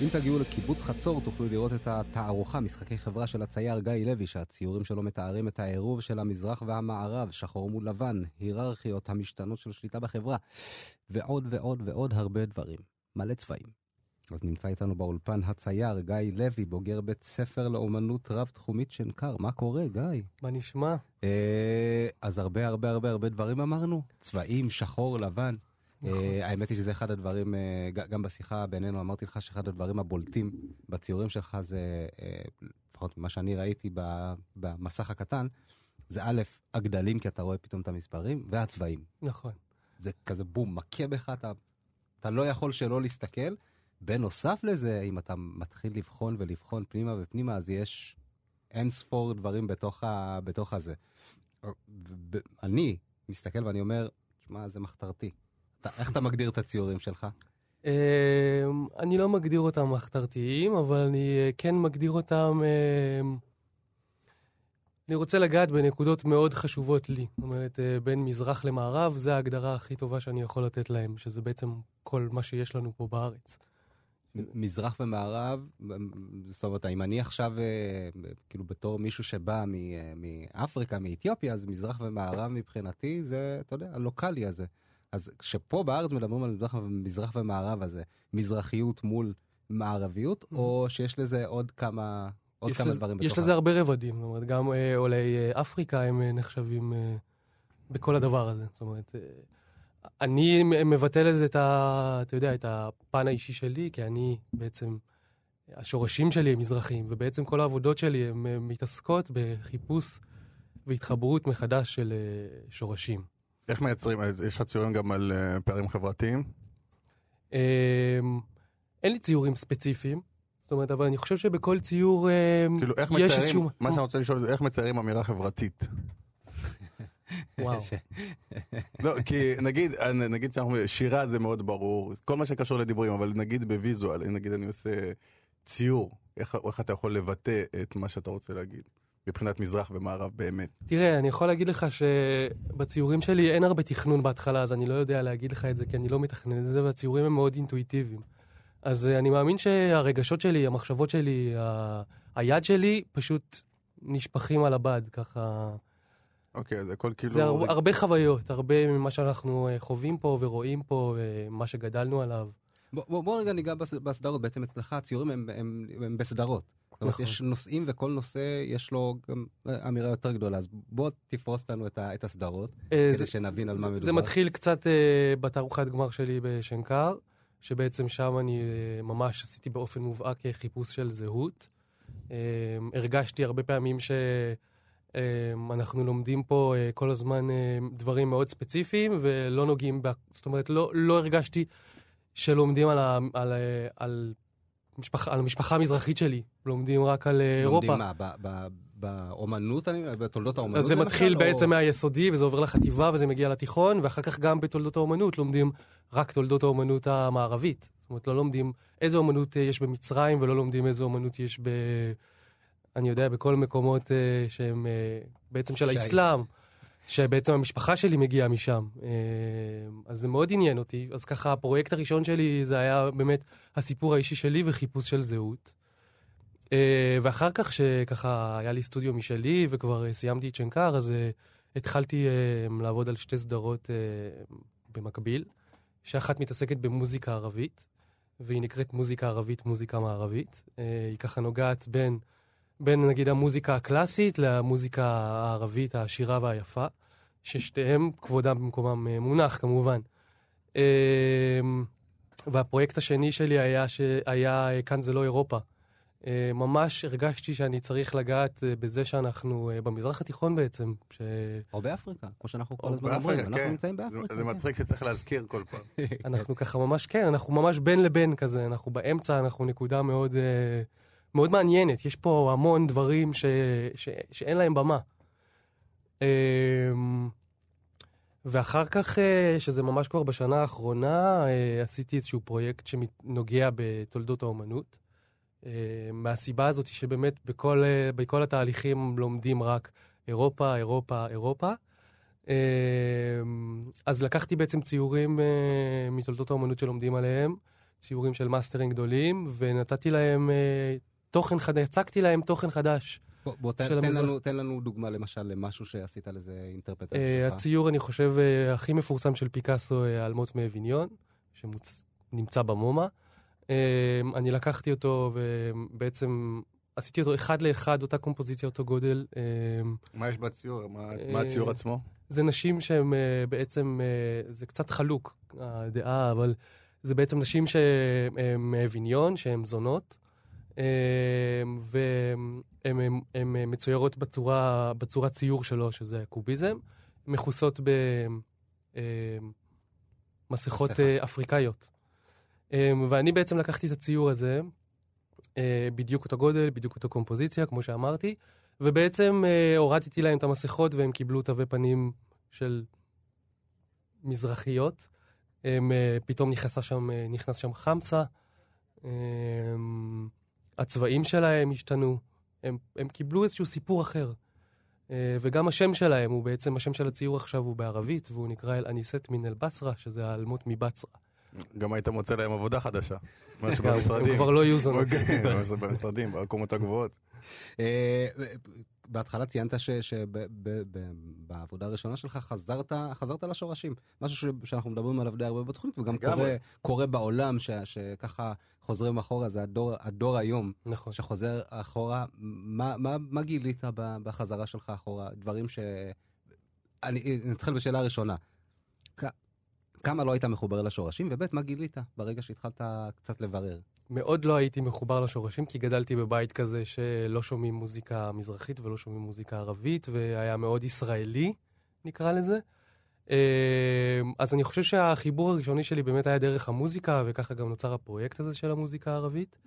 אם תגיעו לקיבוץ חצור תוכלו לראות את התערוכה משחקי חברה של הצייר גיא לוי, שהציורים שלו מתארים את העירוב של המזרח והמערב, שחור מול לבן, היררכיות המשתנות של שליטה בחברה, ועוד ועוד ועוד הרבה דברים, מלא צבעים. אז נמצא איתנו באולפן הצייר גיא לוי, בוגר בית ספר לאומנות רב-תחומית שנקר. מה קורה, גיא? מה נשמע? אה, אז הרבה הרבה הרבה הרבה דברים אמרנו, צבעים, שחור, לבן. האמת היא שזה אחד הדברים, גם בשיחה בינינו אמרתי לך שאחד הדברים הבולטים בציורים שלך זה, לפחות ממה שאני ראיתי במסך הקטן, זה א', הגדלים, כי אתה רואה פתאום את המספרים, והצבעים. נכון. זה כזה בום, מכה בך, אתה, אתה לא יכול שלא להסתכל. בנוסף לזה, אם אתה מתחיל לבחון ולבחון פנימה ופנימה, אז יש אין ספור דברים בתוך, ה, בתוך הזה. אני מסתכל ואני אומר, שמה, זה מחתרתי. איך אתה מגדיר את הציורים שלך? אני לא מגדיר אותם מחתרתיים, אבל אני כן מגדיר אותם... אני רוצה לגעת בנקודות מאוד חשובות לי. זאת אומרת, בין מזרח למערב, זה ההגדרה הכי טובה שאני יכול לתת להם, שזה בעצם כל מה שיש לנו פה בארץ. מזרח ומערב, זאת אומרת, אם אני עכשיו, כאילו בתור מישהו שבא מאפריקה, מאתיופיה, אז מזרח ומערב מבחינתי זה, אתה יודע, הלוקלי הזה. אז כשפה בארץ מדברים על מזרח, מזרח ומערב הזה, מזרחיות מול מערביות, mm-hmm. או שיש לזה עוד כמה, עוד כמה לזה, דברים בתוכה? יש לזה הרבה רבדים, זאת אומרת, גם אה, עולי אה, אפריקה הם אה, נחשבים אה, בכל הדבר הזה. זאת אומרת, אה, אני מבטל לזה את, ה, אתה יודע, את הפן האישי שלי, כי אני בעצם, השורשים שלי הם מזרחיים, ובעצם כל העבודות שלי הן אה, מתעסקות בחיפוש והתחברות מחדש של אה, שורשים. איך מייצרים? יש לך ציורים גם על uh, פערים חברתיים? Um, אין לי ציורים ספציפיים, זאת אומרת, אבל אני חושב שבכל ציור um, כאילו, איך יש מציירים, איזשהו... מה שאני רוצה לשאול זה, איך מציירים אמירה חברתית? וואו. לא, כי נגיד, נגיד שאנחנו, שירה זה מאוד ברור, כל מה שקשור לדיבורים, אבל נגיד בוויזואל, נגיד אני עושה ציור, איך, איך אתה יכול לבטא את מה שאתה רוצה להגיד? מבחינת מזרח ומערב באמת. תראה, אני יכול להגיד לך שבציורים שלי אין הרבה תכנון בהתחלה, אז אני לא יודע להגיד לך את זה, כי אני לא מתכנן את זה, והציורים הם מאוד אינטואיטיביים. אז אני מאמין שהרגשות שלי, המחשבות שלי, ה... היד שלי, פשוט נשפכים על הבד, ככה... אוקיי, אז הכל כאילו... זה הר... הרבה חוויות, הרבה ממה שאנחנו חווים פה ורואים פה, ומה שגדלנו עליו. בוא, בוא, בוא רגע ניגע בסדרות, בעצם אצלך הציורים הם, הם, הם בסדרות. זאת אומרת, יש נושאים וכל נושא יש לו גם אמירה יותר גדולה, אז בוא תפרוס לנו את, ה, את הסדרות, כדי שנבין על מה מדובר. זה מתחיל קצת בתערוכת גמר שלי בשנקר, שבעצם שם אני ממש עשיתי באופן מובהק חיפוש של זהות. הרגשתי הרבה פעמים שאנחנו לומדים פה כל הזמן דברים מאוד ספציפיים, ולא נוגעים, זאת אומרת, לא, לא הרגשתי שלומדים על, ה, על, על משפחה, על המשפחה המזרחית שלי, לומדים רק על אירופה. לומדים מה? ב, ב, באומנות, בתולדות האומנות? אז זה מתחיל בעצם או... מהיסודי, וזה עובר לחטיבה, וזה מגיע לתיכון, ואחר כך גם בתולדות האומנות לומדים רק תולדות האומנות המערבית. זאת אומרת, לא לומדים איזו אומנות יש במצרים, ולא לומדים איזו אומנות יש ב... אני יודע, בכל מקומות שהם בעצם של האסלאם, שבעצם המשפחה שלי מגיעה משם. אז זה מאוד עניין אותי. אז ככה, הפרויקט הראשון שלי זה היה באמת הסיפור האישי שלי וחיפוש של זהות. ואחר כך שככה היה לי סטודיו משלי וכבר סיימתי את שנקר, אז התחלתי לעבוד על שתי סדרות במקביל, שאחת מתעסקת במוזיקה ערבית, והיא נקראת מוזיקה ערבית, מוזיקה מערבית. היא ככה נוגעת בין... בין נגיד המוזיקה הקלאסית למוזיקה הערבית, השירה והיפה, ששתיהם כבודם במקומם מונח כמובן. והפרויקט השני שלי היה שהיה כאן זה לא אירופה. ממש הרגשתי שאני צריך לגעת בזה שאנחנו במזרח התיכון בעצם. ש... או באפריקה, כמו שאנחנו כל הזמן אומרים, אנחנו כן. נמצאים באפריקה. זה, זה מצחיק שצריך להזכיר כל פעם. אנחנו ככה ממש כן, אנחנו ממש בין לבין כזה, אנחנו באמצע, אנחנו נקודה מאוד... מאוד מעניינת, יש פה המון דברים ש... ש... שאין להם במה. ואחר כך, שזה ממש כבר בשנה האחרונה, עשיתי איזשהו פרויקט שנוגע בתולדות האומנות. מהסיבה הזאת שבאמת בכל, בכל התהליכים לומדים רק אירופה, אירופה, אירופה. אז לקחתי בעצם ציורים מתולדות האומנות שלומדים עליהם, ציורים של מאסטרים גדולים, ונתתי להם תוכן חדש, הצגתי להם תוכן חדש. בוא, בוא תן, תן, לנו, תן לנו דוגמה למשל למשהו שעשית לזה אינטרפטציה שלך. הציור, אני חושב, הכי מפורסם של פיקאסו, אלמות מאביניון, שנמצא במומה. אני לקחתי אותו ובעצם עשיתי אותו אחד לאחד, אותה קומפוזיציה, אותו גודל. מה יש בציור? מה, מה הציור עצמו? זה נשים שהם בעצם, זה קצת חלוק, הדעה, אבל זה בעצם נשים שהם מאביניון, שהן זונות, והן מצוירות בצורה, בצורה ציור שלו, שזה קוביזם, מכוסות במסכות אפריקאיות. ואני בעצם לקחתי את הציור הזה, בדיוק אותו גודל, בדיוק אותו קומפוזיציה, כמו שאמרתי, ובעצם הורדתי להם את המסכות, והם קיבלו תווי פנים של מזרחיות. הם, פתאום נכנסה שם, נכנס שם חמצה, הצבעים שלהם השתנו, הם, הם קיבלו איזשהו סיפור אחר. וגם השם שלהם, הוא בעצם, השם של הציור עכשיו הוא בערבית, והוא נקרא אל אניסט מן אל בסרה, שזה האלמות מבצרה. גם היית מוצא להם עבודה חדשה. משהו במשרדים. הם כבר לא יהיו זונות. במשרדים, בקומות הגבוהות. בהתחלה ציינת שבעבודה הראשונה שלך חזרת לשורשים. משהו שאנחנו מדברים עליו די הרבה בתוכנית, וגם קורה בעולם שככה חוזרים אחורה, זה הדור היום שחוזר אחורה. מה גילית בחזרה שלך אחורה? דברים ש... אני נתחיל בשאלה הראשונה. כמה לא היית מחובר לשורשים, ובית, מה גילית ברגע שהתחלת קצת לברר? מאוד לא הייתי מחובר לשורשים, כי גדלתי בבית כזה שלא שומעים מוזיקה מזרחית ולא שומעים מוזיקה ערבית, והיה מאוד ישראלי, נקרא לזה. אז אני חושב שהחיבור הראשוני שלי באמת היה דרך המוזיקה, וככה גם נוצר הפרויקט הזה של המוזיקה הערבית.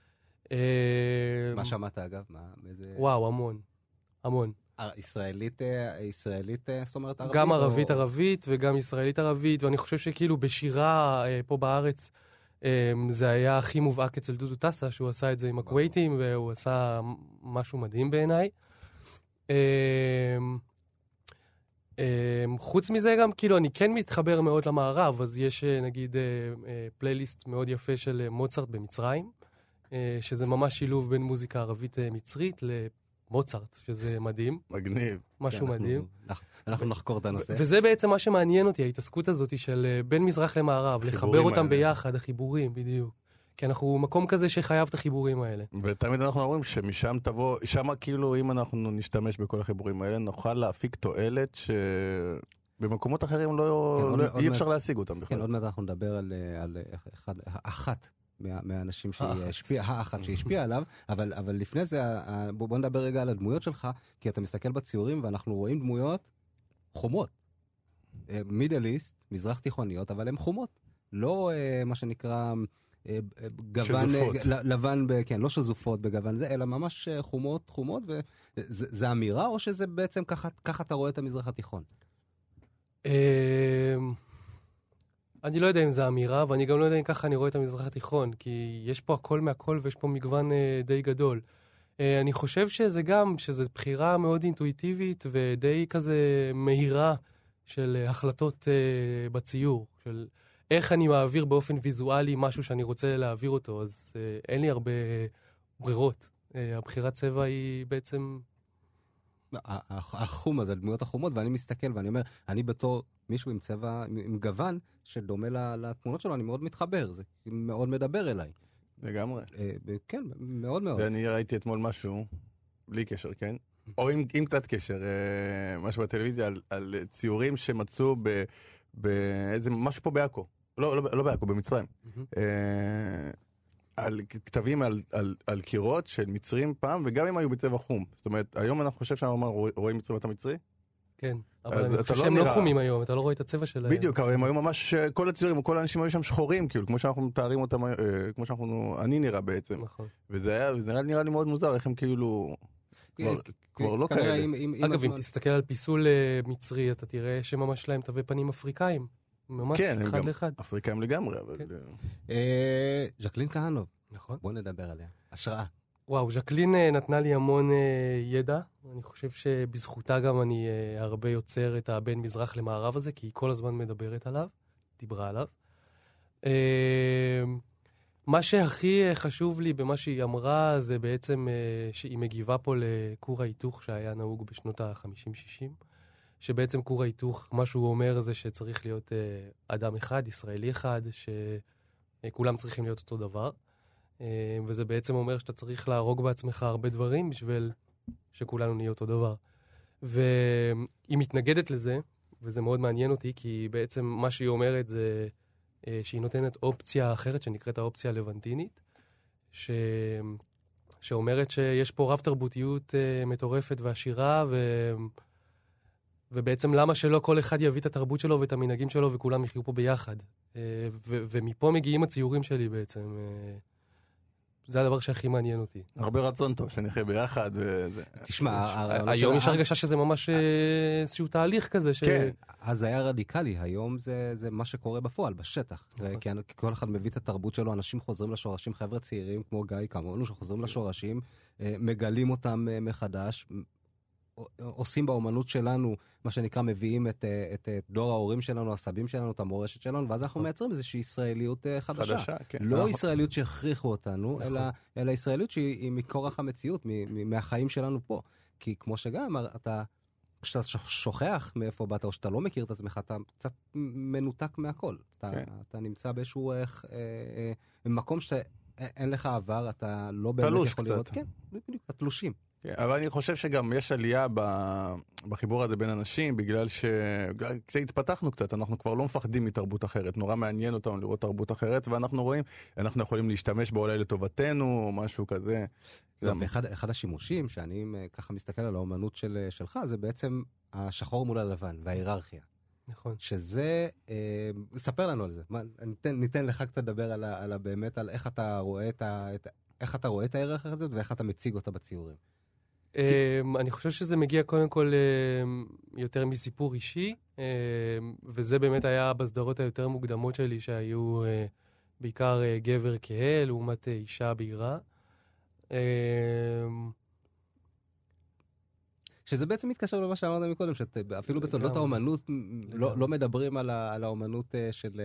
מה שמעת אגב? וואו, המון. המון. ישראלית, ישראלית, זאת אומרת ערבית? גם ערבית ערבית וגם ישראלית ערבית, ואני חושב שכאילו בשירה פה בארץ, זה היה הכי מובהק אצל דודו טסה, שהוא עשה את זה עם הכווייטים, והוא עשה משהו מדהים בעיניי. חוץ מזה גם, כאילו, אני כן מתחבר מאוד למערב, אז יש נגיד פלייליסט מאוד יפה של מוצרט במצרים, שזה ממש שילוב בין מוזיקה ערבית מצרית למוצרט, שזה מדהים. מגניב. משהו מדהים. אנחנו נחקור את הנושא. וזה בעצם מה שמעניין אותי, ההתעסקות הזאת של בין מזרח למערב, לחבר אותם ביחד, החיבורים, בדיוק. כי אנחנו מקום כזה שחייב את החיבורים האלה. ותמיד אנחנו אומרים שמשם תבוא, שם כאילו אם אנחנו נשתמש בכל החיבורים האלה, נוכל להפיק תועלת שבמקומות אחרים אי אפשר להשיג אותם בכלל. כן, עוד מעט אנחנו נדבר על אחת מהאנשים שהשפיע, האחת שהשפיע עליו, אבל, אבל לפני זה, בוא נדבר רגע על הדמויות שלך, כי אתה מסתכל בציורים ואנחנו רואים דמויות חומות. מידל איסט, מזרח תיכוניות, אבל הן חומות. לא מה שנקרא גוון, לבן, כן, לא שזופות בגוון זה, אלא ממש חומות, חומות, וזה אמירה, או שזה בעצם ככה אתה רואה את המזרח התיכון? אני לא יודע אם זה אמירה, ואני גם לא יודע אם ככה אני רואה את המזרח התיכון, כי יש פה הכל מהכל ויש פה מגוון די גדול. אני חושב שזה גם, שזו בחירה מאוד אינטואיטיבית ודי כזה מהירה של החלטות בציור, של איך אני מעביר באופן ויזואלי משהו שאני רוצה להעביר אותו, אז אין לי הרבה ברירות. הבחירת צבע היא בעצם... החום הזה, דמויות החומות, ואני מסתכל ואני אומר, אני בתור מישהו עם צבע, עם גוון, שדומה לתמונות שלו, אני מאוד מתחבר, זה מאוד מדבר אליי. לגמרי. כן, מאוד מאוד. ואני ראיתי אתמול משהו, בלי קשר, כן? או עם, עם קצת קשר, משהו בטלוויזיה, על, על ציורים שמצאו ב, באיזה, משהו פה באקו. לא, לא, לא באקו, במצרים. Mm-hmm. על כתבים על, על, על קירות של מצרים פעם, וגם אם היו בצבע חום. זאת אומרת, היום אנחנו חושב שאנחנו רואים מצרים את המצרי? כן, אבל אני חושב שהם לא חומים היום, אתה לא רואה את הצבע שלהם. בדיוק, אבל הם היו ממש, כל הציורים, כל האנשים היו שם שחורים, כאילו, כמו שאנחנו מתארים אותם, כמו שאנחנו, אני נראה בעצם. נכון. וזה היה, וזה נראה לי מאוד מוזר, איך הם כאילו, כבר לא כאלה. אגב, אם תסתכל על פיסול מצרי, אתה תראה שממש להם תווי פנים אפריקאים. ממש אחד לאחד. אפריקאים לגמרי, אבל... ז'קלין כהנוב. נכון. בוא נדבר עליה. השראה. וואו, ז'קלין נתנה לי המון ידע. אני חושב שבזכותה גם אני הרבה יוצר את הבין מזרח למערב הזה, כי היא כל הזמן מדברת עליו, דיברה עליו. מה שהכי חשוב לי במה שהיא אמרה, זה בעצם שהיא מגיבה פה לכור ההיתוך שהיה נהוג בשנות ה-חמישים שישים, שבעצם כור ההיתוך, מה שהוא אומר זה שצריך להיות אדם אחד, ישראלי אחד, שכולם צריכים להיות אותו דבר, וזה בעצם אומר שאתה צריך להרוג בעצמך הרבה דברים בשביל שכולנו נהיה אותו דבר. והיא מתנגדת לזה, וזה מאוד מעניין אותי, כי בעצם מה שהיא אומרת זה שהיא נותנת אופציה אחרת, שנקראת האופציה הלבנטינית, ש... שאומרת שיש פה רב תרבותיות מטורפת ועשירה, ו... ובעצם למה שלא כל אחד יביא את התרבות שלו ואת המנהגים שלו, וכולם יחיו פה ביחד. ו... ומפה מגיעים הציורים שלי בעצם. זה הדבר שהכי מעניין אותי. הרבה רצון טוב, שנחיה ביחד. תשמע, היום יש הרגשה שזה ממש איזשהו תהליך כזה. כן, אז זה היה רדיקלי, היום זה מה שקורה בפועל, בשטח. כי כל אחד מביא את התרבות שלו, אנשים חוזרים לשורשים, חבר'ה צעירים כמו גיא כמונו, שחוזרים לשורשים, מגלים אותם מחדש, עושים באומנות שלנו, מה שנקרא, מביאים את, את, את דור ההורים שלנו, הסבים שלנו, את המורשת שלנו, ואז אנחנו מייצרים איזושהי ישראליות חדשה. חדשה כן. לא אנחנו... ישראליות שהכריחו אותנו, אלא, אלא ישראליות שהיא מכורח המציאות, מהחיים שלנו פה. כי כמו שגם אמר, אתה, כשאתה שוכח מאיפה באת, או שאתה לא מכיר את עצמך, אתה קצת מנותק מהכל. אתה, כן. אתה נמצא באיזשהו אה, אה, מקום שאין לך עבר, אתה לא באמת יכול קצת. לראות. כן, בדיוק, התלושים. אבל אני חושב שגם יש עלייה בחיבור הזה בין אנשים, בגלל שהתפתחנו קצת, אנחנו כבר לא מפחדים מתרבות אחרת, נורא מעניין אותנו לראות תרבות אחרת, ואנחנו רואים, אנחנו יכולים להשתמש בה אולי לטובתנו, או משהו כזה. ואחד, אחד השימושים, שאני ככה מסתכל על האומנות של, שלך, זה בעצם השחור מול הלבן, וההיררכיה. נכון. שזה, אה, ספר לנו על זה, מה, ניתן, ניתן לך קצת לדבר על, על, על באמת, על איך אתה רואה את ה, את, איך אתה רואה את ההיררכיה הזאת, ואיך אתה מציג אותה בציורים. אני חושב שזה מגיע קודם כל יותר מסיפור אישי, וזה באמת היה בסדרות היותר מוקדמות שלי, שהיו בעיקר גבר כהה, לעומת אישה בהירה. שזה בעצם מתקשר למה שאמרת מקודם, שאפילו בתולדות האומנות לא מדברים על האומנות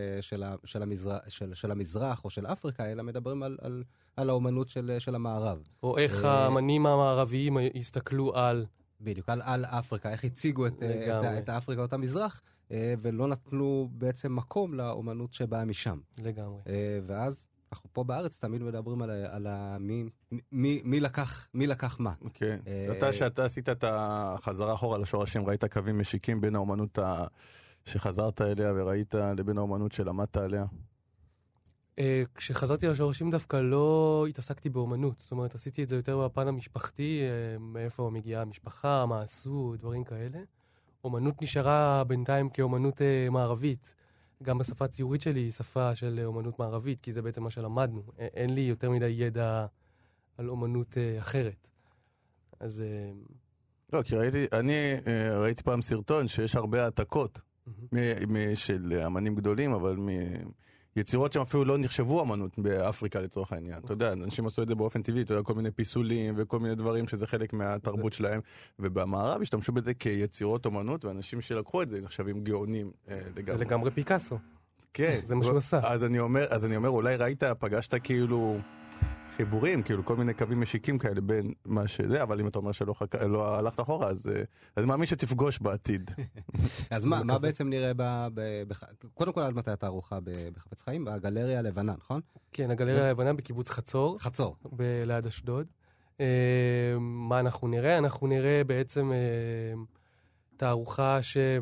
של המזרח או של אפריקה, אלא מדברים על האומנות של המערב. או איך האמנים המערביים הסתכלו על... בדיוק, על אפריקה, איך הציגו את האפריקה או את המזרח, ולא נתנו בעצם מקום לאומנות שבאה משם. לגמרי. ואז... אנחנו פה בארץ תמיד מדברים על, על מי, מי, מי לקח, מי לקח מה. אוקיי. Okay. אתה, שאתה עשית את החזרה אחורה לשורשים, ראית קווים משיקים בין האומנות ה... שחזרת אליה וראית לבין האומנות שלמדת עליה? כשחזרתי לשורשים דווקא לא התעסקתי באומנות. זאת אומרת, עשיתי את זה יותר בפן המשפחתי, מאיפה מגיעה המשפחה, מה עשו, דברים כאלה. אומנות נשארה בינתיים כאומנות מערבית. גם בשפה הציורית שלי היא שפה של אומנות מערבית, כי זה בעצם מה שלמדנו. אין לי יותר מדי ידע על אומנות אחרת. אז... לא, כי ראיתי, אני ראיתי פעם סרטון שיש הרבה העתקות של אמנים גדולים, אבל מיצירות שהם אפילו לא נחשבו אמנות באפריקה לצורך העניין. אתה יודע, אנשים עשו את זה באופן טבעי, אתה יודע, כל מיני פיסולים וכל מיני דברים שזה חלק מהתרבות שלהם, ובמערב השתמשו בזה כיצירות אמנות, ואנשים שלקחו את זה נחשבים גאונים לגמרי. זה לגמרי פיקאסו. כן. זה מה שהוא עשה. אז אני אומר, אז אני אומר, אולי ראית, פגשת כאילו חיבורים, כאילו כל מיני קווים משיקים כאלה בין מה שזה, אבל אם אתה אומר שלא חק... לא הלכת אחורה, אז אז מאמין שתפגוש בעתיד. אז מה מה בעצם נראה ב... קודם כל, על מתי התערוכה בחפץ חיים? הגלריה הלבנה, נכון? כן, הגלריה הלבנה בקיבוץ חצור. חצור. ליד אשדוד. מה אנחנו נראה? אנחנו נראה בעצם תערוכה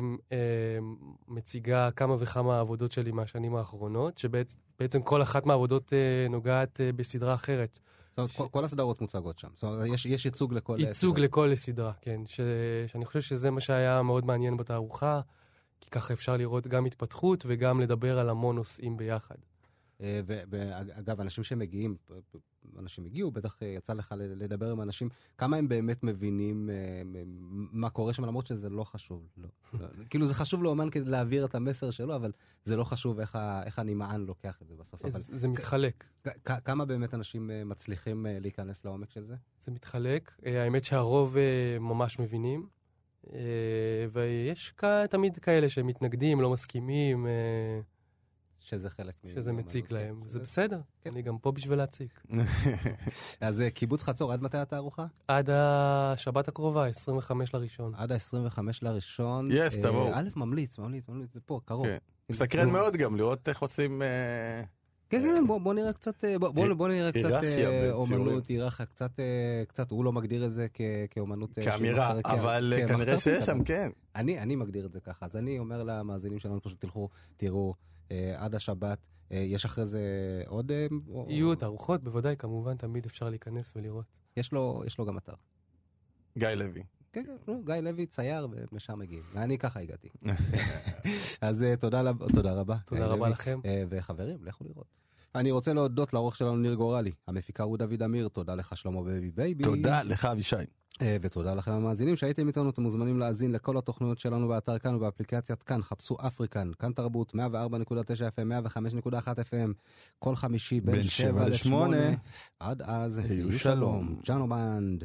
שמציגה כמה וכמה עבודות שלי מהשנים האחרונות, שבעצם כל אחת מהעבודות נוגעת בסדרה אחרת. זאת אומרת, כל הסדרות מוצגות שם. זאת אומרת, יש ייצוג לכל סדרה. ייצוג לכל סדרה, כן. שאני חושב שזה מה שהיה מאוד מעניין בתערוכה, כי ככה אפשר לראות גם התפתחות וגם לדבר על המון נושאים ביחד. ואגב, אנשים שמגיעים, אנשים הגיעו, בטח יצא לך לדבר עם אנשים, כמה הם באמת מבינים מה קורה שם, למרות שזה לא חשוב. כאילו זה חשוב לאומן כדי להעביר את המסר שלו, אבל זה לא חשוב איך הנמען לוקח את זה בסוף. זה מתחלק. כמה באמת אנשים מצליחים להיכנס לעומק של זה? זה מתחלק. האמת שהרוב ממש מבינים, ויש תמיד כאלה שמתנגדים, לא מסכימים, שזה חלק מ... שזה מציק להם, זה בסדר, אני גם פה בשביל להציק. אז קיבוץ חצור, עד מתי התערוכה? עד השבת הקרובה, עשרים וחמישה לראשון. עד ה-עשרים וחמישה לראשון. יש, תבואו. א', ממליץ, ממליץ, ממליץ, זה פה, קרוב. מסקרן מאוד גם, לראות איך עושים... כן, כן, בוא נראה קצת, בוא נראה קצת אומנות, היררכיה, קצת, הוא לא מגדיר את זה כאומנות... כאמירה, אבל כנראה שיש שם, כן. אני מגדיר את זה ככה, אז אני אומר למאזינים שלנו, פשוט תלכו, תראו, עד השבת, יש אחרי זה עוד... יהיו את ארוחות, בוודאי, כמובן, תמיד אפשר להיכנס ולראות. יש לו גם אתר. גיא לוי. כן, כן, גיא לוי צייר ומשם מגיעים. ואני ככה הגעתי. אז תודה רבה. תודה רבה לכם. וחברים, לכו לראות. אני רוצה להודות לעורך שלנו ניר גורלי, המפיקה הוא דוד אמיר, תודה לך שלמה בייבי בייבי. תודה לך אבישי. ותודה לכם המאזינים שהייתם איתנו, אתם מוזמנים להאזין לכל התוכניות שלנו באתר כאן ובאפליקציית כאן, חפשו אפריקן, כאן תרבות, מאה וארבע נקודה תשע אף אם, מאה וחמש נקודה אחת אף אם, כל חמישי בין שבע לשמונה. עד אז, היו שלום. ג'אנו בנד.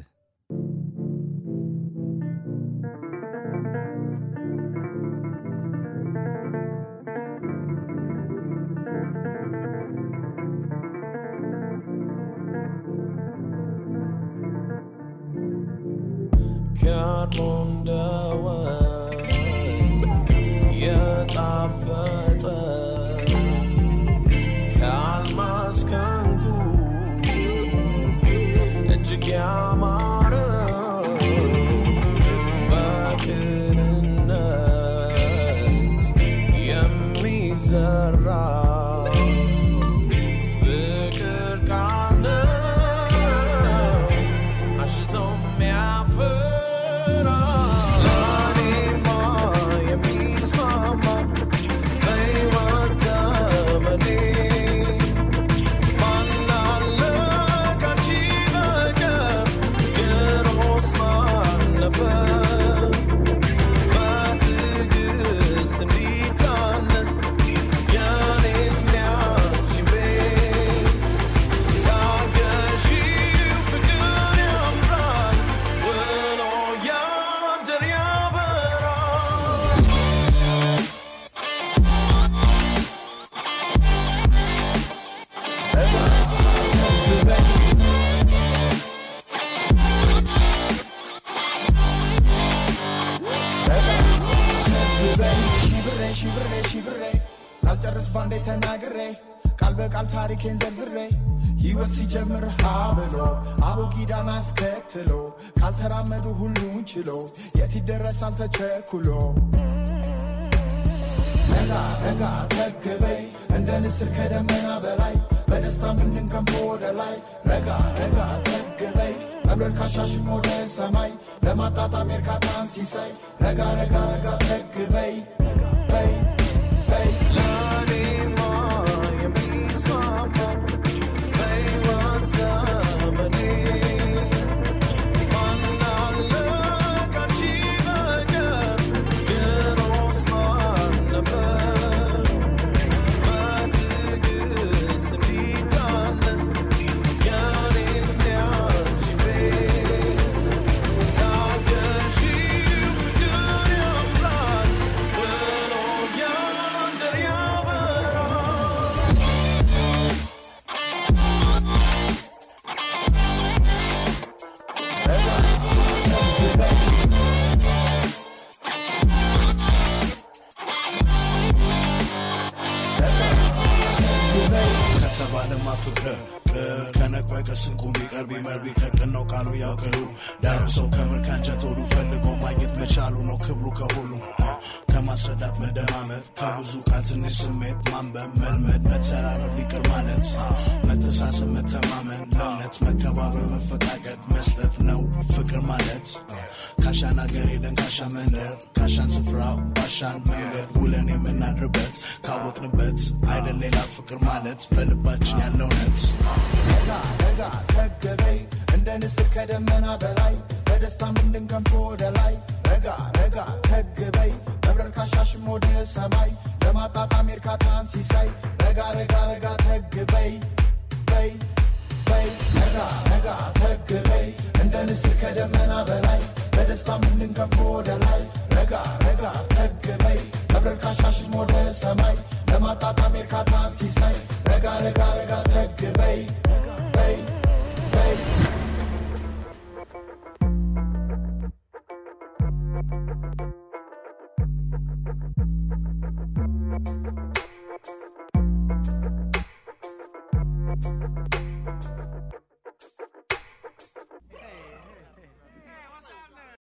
كارون دواي يتعفت كالماس كانقو اجيك يا مارا باكن النات يمي زرع فكر كعنا عشتهم يعفر ቃል ታሪኬን ዘርዝሬ ሕይወት ሲጀምር ሀብሎ አቦጊዳን አስከትሎ ካልተራመዱ ሁሉን ችሎ የት ይደረሳል ተቸኩሎ ረጋ ረጋ ተግበይ እንደ ንስር ከደመና በላይ በደስታ ምንድንከንፎ ወደ ላይ ረጋ ረጋ ተግበይ መብረር ካሻሽም ወደ ሰማይ ለማጣጣም የርካታን ሲሳይ ረጋ ረጋ ረጋ ተግበይ በይ በይ ከማስረዳት መደማመጥ ከብዙ ቃል ትንሽ ስሜት ማንበብ መልመድ መተራረብ ይቅር ማለት መተሳሰብ መተማመን ለእውነት መከባበር መፈቃቀድ መስጠት ነው ፍቅር ማለት ካሻን አገር ሄደን ካሻ መንደር ካሻን ስፍራው ባሻን መንገድ ውለን የምናድርበት ካወቅንበት አይደል ሌላ ፍቅር ማለት በልባችን ያለው ነት ረጋ ረጋ ተገበይ እንደ ንስር ከደመና በላይ በደስታ ምንድንከንፎ ወደ ላይ ረጋ ረጋ ተግበይ መብረር ካሻሽም ወደ ሰማይ ለማጣጣም የርካታን ሲሳይ ረጋ ረጋ ረጋ ተግበይ በይ በይ ረጋ ረጋ ተግበይ እንደ ንስር ከደመና በላይ በደስታ ምንድንከንፎ ወደ ላይ ረጋ ረጋ ተግበይ መብረር ካሻሽም ወደ ሰማይ ለማጣጣም